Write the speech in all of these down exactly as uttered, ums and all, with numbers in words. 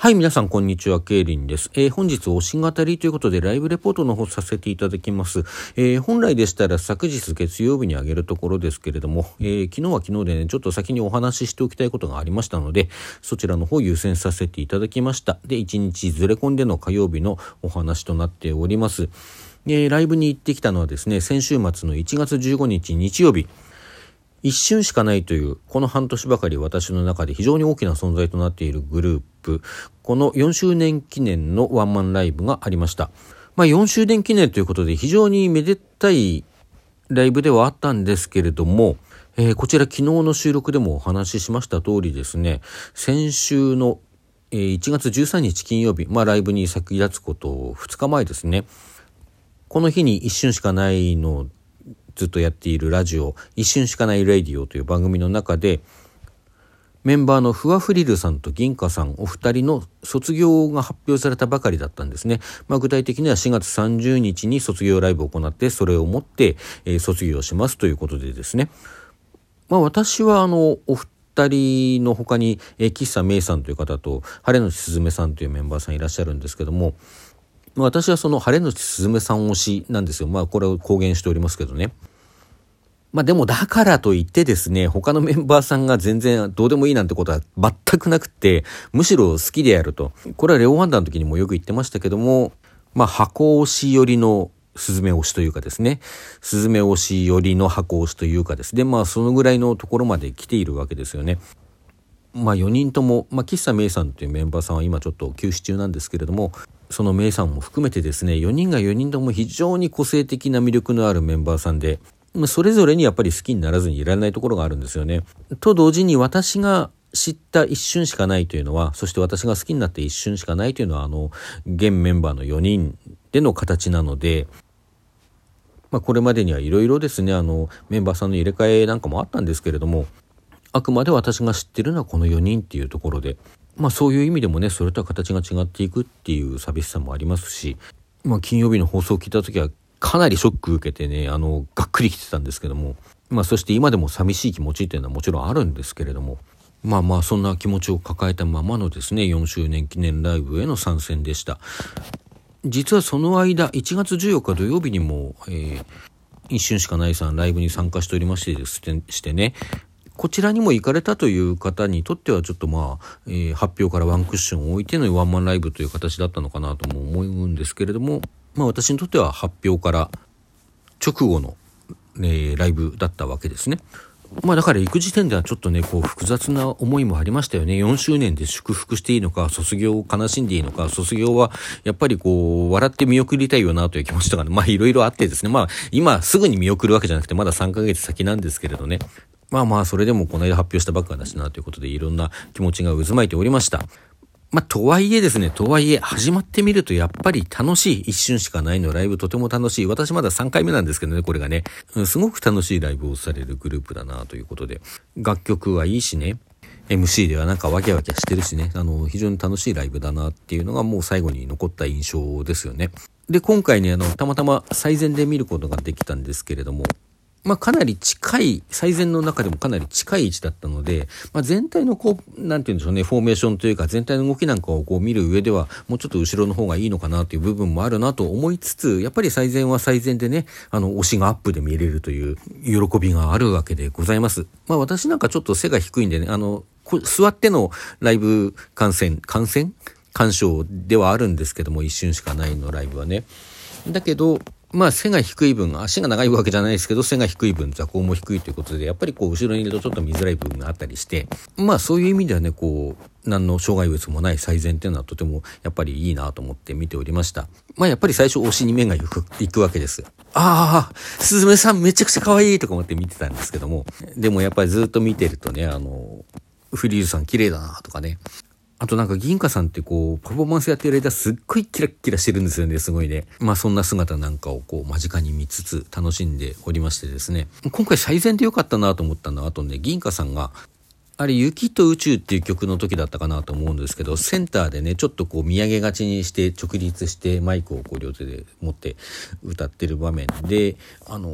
はい、皆さん、こんにちは。ケイリンです。えー、本日、推し語りということで、ライブレポートの方させていただきます。えー、本来でしたら、昨日月曜日にあげるところですけれども、えー、昨日は昨日でね、ちょっと先にお話ししておきたいことがありましたので、そちらの方優先させていただきました。で、いちにちずれ込んでの火曜日のお話となっております。えー、ライブに行ってきたのはですね、先週末のいちがつじゅうごにち日曜日、一瞬しかないというこの半年ばかり私の中で非常に大きな存在となっているグループ、このよんしゅうねん記念のワンマンライブがありました。まあよんしゅうねん記念ということで非常にめでたいライブではあったんですけれども、えー、こちら昨日の収録でもお話ししました通りですね、先週のいちがつじゅうさんにち金曜日、まあライブに先立つことふつかまえですね。この日に一瞬しかないのずっとやっているラジオ、一瞬しかないレディオという番組の中で、メンバーのフワフリルさんと銀花さんお二人の卒業が発表されたばかりだったんですね。まあ、具体的にはしがつさんじゅうにちに卒業ライブを行って、それをもって、えー、卒業しますということでですね。まあ、私はあのお二人の他に、えー、喫茶メイさんという方と晴れのちすずめさんというメンバーさんいらっしゃるんですけども、私はその晴れのちすずめさん推しなんですよ。まあこれを公言しておりますけどね。まあでもだからといってですね、他のメンバーさんが全然どうでもいいなんてことは全くなくて、むしろ好きでやると。これはレオワンダーの時にもよく言ってましたけども、まあ箱推し寄りのスズメ推しというかですね、スズメ推し寄りの箱推しというかですね、まあそのぐらいのところまで来ているわけですよね。まあよにんとも、まあ喫茶メイさんというメンバーさんは今ちょっと休止中なんですけれども、そのメイさんも含めてですね、よにんがよにんとも非常に個性的な魅力のあるメンバーさんで、それぞれにやっぱり好きにならずにいられないところがあるんですよね。と同時に私が知った一瞬しかないというのは、そして私が好きになって一瞬しかないというのは、あの現メンバーのよにんでの形なので、まあ、これまでにはいろいろですね、あのメンバーさんの入れ替えなんかもあったんですけれども、あくまで私が知ってるのはこのよにんっていうところで、まあそういう意味でもね、それとは形が違っていくっていう寂しさもありますし、まあ金曜日の放送を聞いた時はかなりショック受けてね、あのがっくりきてたんですけども、まあそして今でも寂しい気持ちっていうのはもちろんあるんですけれども、まあまあそんな気持ちを抱えたままのですね、よんしゅうねん記念ライブへの参戦でした。実はその間、いちがつじゅうよっか土曜日にも、えー、一瞬しかないさんライブに参加しておりましてですしてね、こちらにも行かれたという方にとってはちょっとまあ、えー、発表からワンクッションを置いてのワンマンライブという形だったのかなとも思うんですけれども、まあ私にとっては発表から直後の、えー、ライブだったわけですね。まあだから行く時点ではちょっとね、こう複雑な思いもありましたよね。よんしゅうねんで祝福していいのか、卒業を悲しんでいいのか、卒業はやっぱりこう笑って見送りたいよなという気持ちとかね、まあいろいろあってですね、まあ今すぐに見送るわけじゃなくてまださんかげつ先なんですけれどね。まあまあそれでもこの間発表したばっかだしなということでいろんな気持ちが渦巻いておりました。まあとはいえですね、とはいえ始まってみるとやっぱり楽しい、一瞬しかないのライブとても楽しい。私まださんかいめなんですけどね、これがね、すごく楽しいライブをされるグループだなということで、楽曲はいいしね、エムシー ではなんかワキャワキャしてるしね、あの非常に楽しいライブだなっていうのがもう最後に残った印象ですよね。で今回ね、あのたまたま最前で見ることができたんですけれども、まあかなり近い、最前の中でもかなり近い位置だったので、まあ全体のこう、なんて言うんでしょうね、フォーメーションというか全体の動きなんかをこう見る上では、もうちょっと後ろの方がいいのかなという部分もあるなと思いつつ、やっぱり最前は最前でね、あの、推しがアップで見れるという喜びがあるわけでございます。まあ私なんかちょっと背が低いんでね、あの、座ってのライブ観戦、観戦鑑賞ではあるんですけども、一瞬しかないのライブはね。だけど、まあ背が低い分、足が長いわけじゃないですけど、背が低い分座高も低いということで、やっぱりこう後ろにいるとちょっと見づらい部分があったりして、まあそういう意味ではね、こう何の障害物もない最前っていうのはとてもやっぱりいいなと思って見ておりました。まあやっぱり最初推しに目が行く、行くわけです。ああ、すずめさんめちゃくちゃ可愛いとか思って見てたんですけども、でもやっぱりずっと見てるとね、あのフリーズさん綺麗だなとかね。あとなんか銀花さんってこうパフォーマンスやってる間すっごいキラッキラしてるんですよね、すごいね。まあそんな姿なんかをこう間近に見つつ楽しんでおりましてですね、今回最前で良かったなと思ったのは、あとね、銀花さんがあれ雪と宇宙っていう曲の時だったかなと思うんですけど、センターでねちょっとこう見上げがちにして直立してマイクをこう両手で持って歌ってる場面で、あの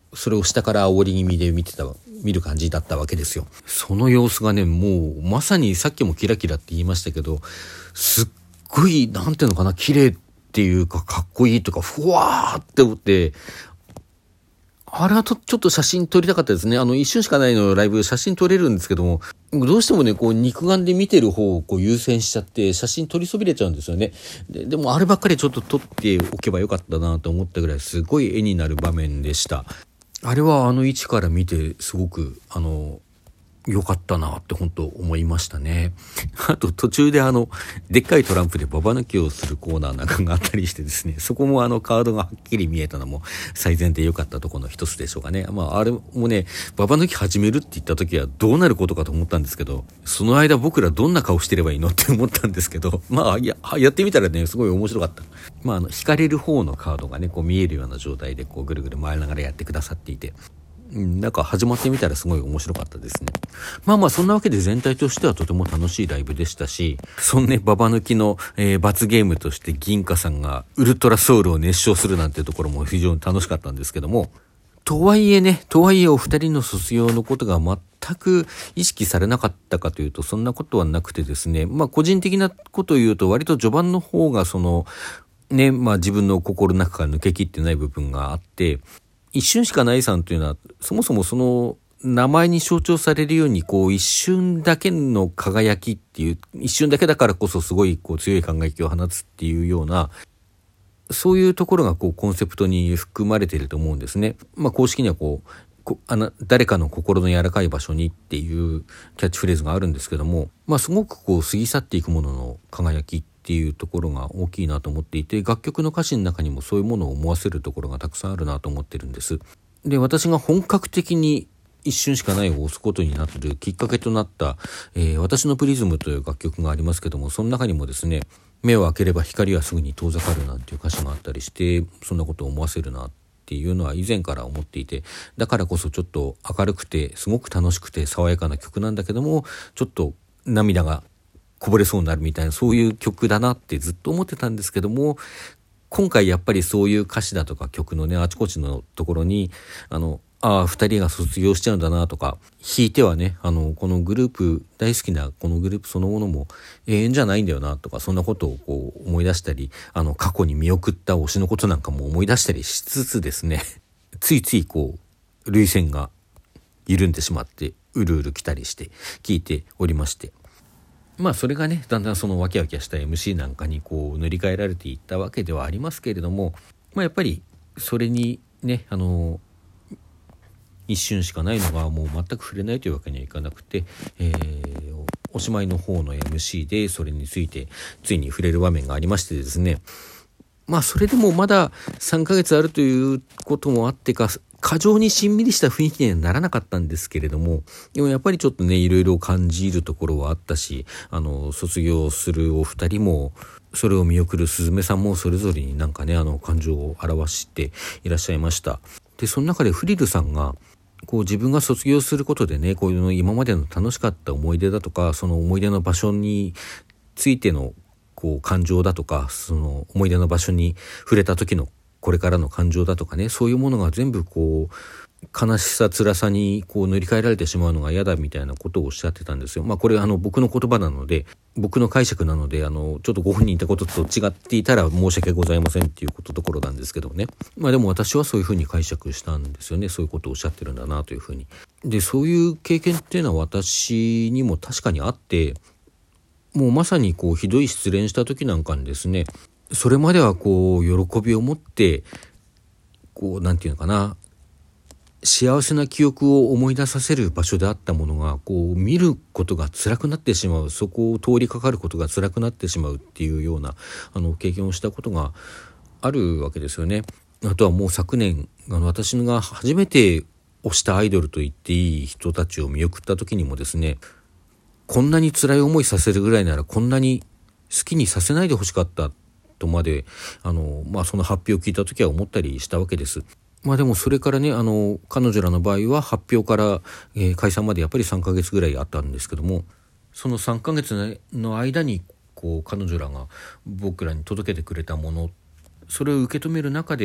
それを下から煽り気味で見てた見る感じだったわけですよ。その様子がね、もうまさにさっきもキラキラって言いましたけど、すっごいなんていうのかな、綺麗っていうかかっこいいとかふわーって思って、あれはとちょっと写真撮りたかったですね。あの一瞬しかないのライブ写真撮れるんですけども、どうしてもねこう肉眼で見てる方をこう優先しちゃって写真撮りそびれちゃうんですよね。で、でもあればっかりちょっと撮っておけばよかったなと思ったぐらいすごい絵になる場面でした。あれはあの位置から見てすごくあの良かったなって本当思いましたね。あと途中であのでっかいトランプでババ抜きをするコーナーなんかがあったりしてですね、そこもあのカードがはっきり見えたのも最善で良かったところの一つでしょうかね。まああれもね、ババ抜き始めるって言った時はどうなることかと思ったんですけど、その間僕らどんな顔してればいいのって思ったんですけど、まあ や, やってみたらねすごい面白かった。まああの引かれる方のカードがねこう見えるような状態でこうぐるぐる回りながらやってくださっていて、なんか始まってみたらすごい面白かったですね。まあまあそんなわけで全体としてはとても楽しいライブでしたし、そんねババ抜きの、えー、罰ゲームとして銀貨さんがウルトラソウルを熱唱するなんてところも非常に楽しかったんですけども、とはいえね、とはいえお二人の卒業のことが全く意識されなかったかというとそんなことはなくてですね、まあ個人的なことを言うと割と序盤の方がそのね、まあ自分の心の中から抜けきってない部分があって、一瞬しかないさんというのはそもそもその名前に象徴されるようにこう一瞬だけの輝きっていう、一瞬だけだからこそすごいこう強い輝きを放つっていうような、そういうところがこうコンセプトに含まれていると思うんですね。まあ公式にはこうこあの誰かの心の柔らかい場所にっていうキャッチフレーズがあるんですけども、まあすごくこう過ぎ去っていくものの輝きっていうところが大きいなと思っていて、楽曲の歌詞の中にもそういうものを思わせるところがたくさんあるなと思ってるんです。で、私が本格的に一瞬しかないを押すことになっているきっかけとなった、えー、私のプリズムという楽曲がありますけども、その中にもですね、目を開ければ光はすぐに遠ざかるなんていう歌詞があったりして、そんなことを思わせるなっていうのは以前から思っていて、だからこそちょっと明るくてすごく楽しくて爽やかな曲なんだけども、ちょっと涙がこぼれそうになるみたいな、そういう曲だなってずっと思ってたんですけども、今回やっぱりそういう歌詞だとか曲のねあちこちのところにあのああ二人が卒業しちゃうんだなとか、弾いてはねあのこのグループ大好きなこのグループそのものも永遠じゃないんだよなとか、そんなことをこう思い出したり、あの過去に見送った推しのことなんかも思い出したりしつつですね、ついついこう涙腺が緩んでしまってうるうる来たりして聞いておりまして、まあそれがねだんだんそのワキワキした エムシー なんかにこう塗り替えられていったわけではありますけれども、まあやっぱりそれにねあの一瞬しかないのがもう全く触れないというわけにはいかなくて、えー、おしまいの方の エムシー でそれについてついに触れる場面がありましてですね、まあそれでもまださんかげつあるということもあってか過剰にしんみりした雰囲気にはならなかったんですけれども、でもやっぱりちょっとねいろいろ感じるところはあったし、あの卒業するお二人もそれを見送るすずめさんもそれぞれになんかねあの感情を表していらっしゃいました。でその中でフリルさんがこう自分が卒業することでねこういうの今までの楽しかった思い出だとか、その思い出の場所についてのこう感情だとか、その思い出の場所に触れた時のこれからの感情だとかね、そういうものが全部こう悲しさ辛さにこう塗り替えられてしまうのが嫌だみたいなことをおっしゃってたんですよ。まあこれあの僕の言葉なので僕の解釈なのであのちょっとご本人言ったことと違っていたら申し訳ございませんっていうことところなんですけどね。まあでも私はそういうふうに解釈したんですよね。そういうことをおっしゃってるんだなというふうに。でそういう経験っていうのは私にも確かにあって、もうまさにこうひどい失恋した時なんかにですね、それまではこう喜びを持ってこうなんていうのかな、幸せな記憶を思い出させる場所であったものがこう見ることが辛くなってしまう、そこを通りかかることが辛くなってしまうっていうようなあの経験をしたことがあるわけですよね。あとはもう昨年あの私が初めて推したアイドルと言っていい人たちを見送った時にもですね、こんなに辛い思いさせるぐらいならこんなに好きにさせないでほしかったとまであの、まあ、その発表を聞いた時は思ったりしたわけです。まあでもそれからねあの彼女らの場合は発表から、えー、解散までやっぱりさんかげつぐらいあったんですけども、そのさんかげつの間にこう彼女らが僕らに届けてくれたもの、それを受け止める中で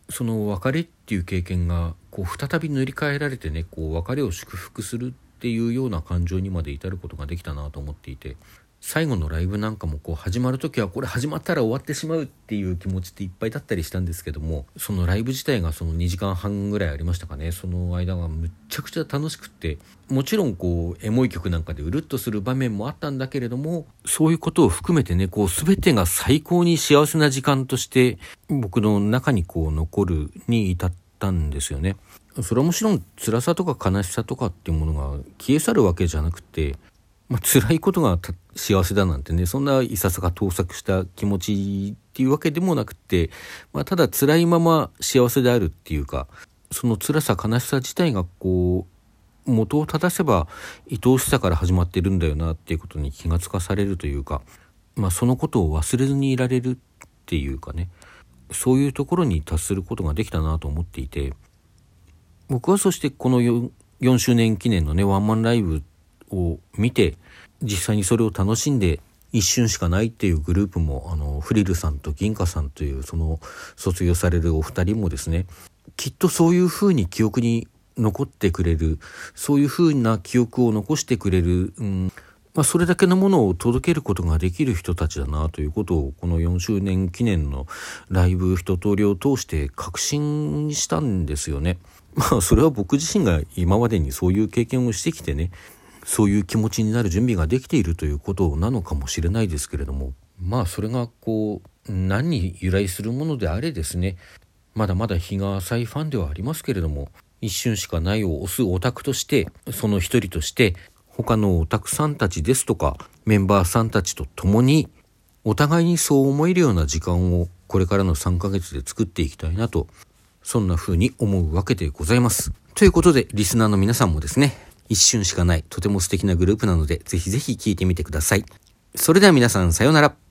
その別れっていう経験がこう再び塗り替えられてね、こう別れを祝福するっていうような感情にまで至ることができたなと思っていて、最後のライブなんかもこう始まる時はこれ始まったら終わってしまうっていう気持ちっていっぱいだったりしたんですけども、そのライブ自体がそのにじかんはんぐらいありましたかね。その間がむっちゃくちゃ楽しくって、もちろんこうエモい曲なんかでうるっとする場面もあったんだけれども、そういうことを含めてね、こう全てが最高に幸せな時間として僕の中にこう残るに至ったんですよね。それはもちろん辛さとか悲しさとかっていうものが消え去るわけじゃなくて、まあ、辛いことが幸せだなんてね、そんないささか盗作した気持ちっていうわけでもなくて、まあ、ただ辛いまま幸せであるっていうか、その辛さ悲しさ自体がこう元を正せば愛おしさから始まってるんだよなっていうことに気がつかされるというか、まあ、そのことを忘れずにいられるっていうかね、そういうところに達することができたなと思っていて、僕はそしてこの 4, よんしゅうねん記念のねワンマンライブを見て、実際にそれを楽しんで一瞬しかないっていうグループも、あのフリルさんと銀花さんというその卒業されるお二人もですね、きっとそういうふうに記憶に残ってくれる、そういうふうな記憶を残してくれる、うんまあ、それだけのものを届けることができる人たちだなということを、このよんしゅうねん記念のライブ一通りを通して確信したんですよね。まあそれは僕自身が今までにそういう経験をしてきてね、そういう気持ちになる準備ができているということなのかもしれないですけれども、まあそれがこう何に由来するものであれですね、まだまだ日が浅いファンではありますけれども、一瞬しかないを推すオタクとして、その一人として他のオタクさんたちですとかメンバーさんたちと共にお互いにそう思えるような時間をこれからのさんかげつで作っていきたいなと、そんな風に思うわけでございます。ということでリスナーの皆さんもですね、一瞬しかないとても素敵なグループなので、ぜひぜひ聴いてみてください。それでは皆さん、さようなら。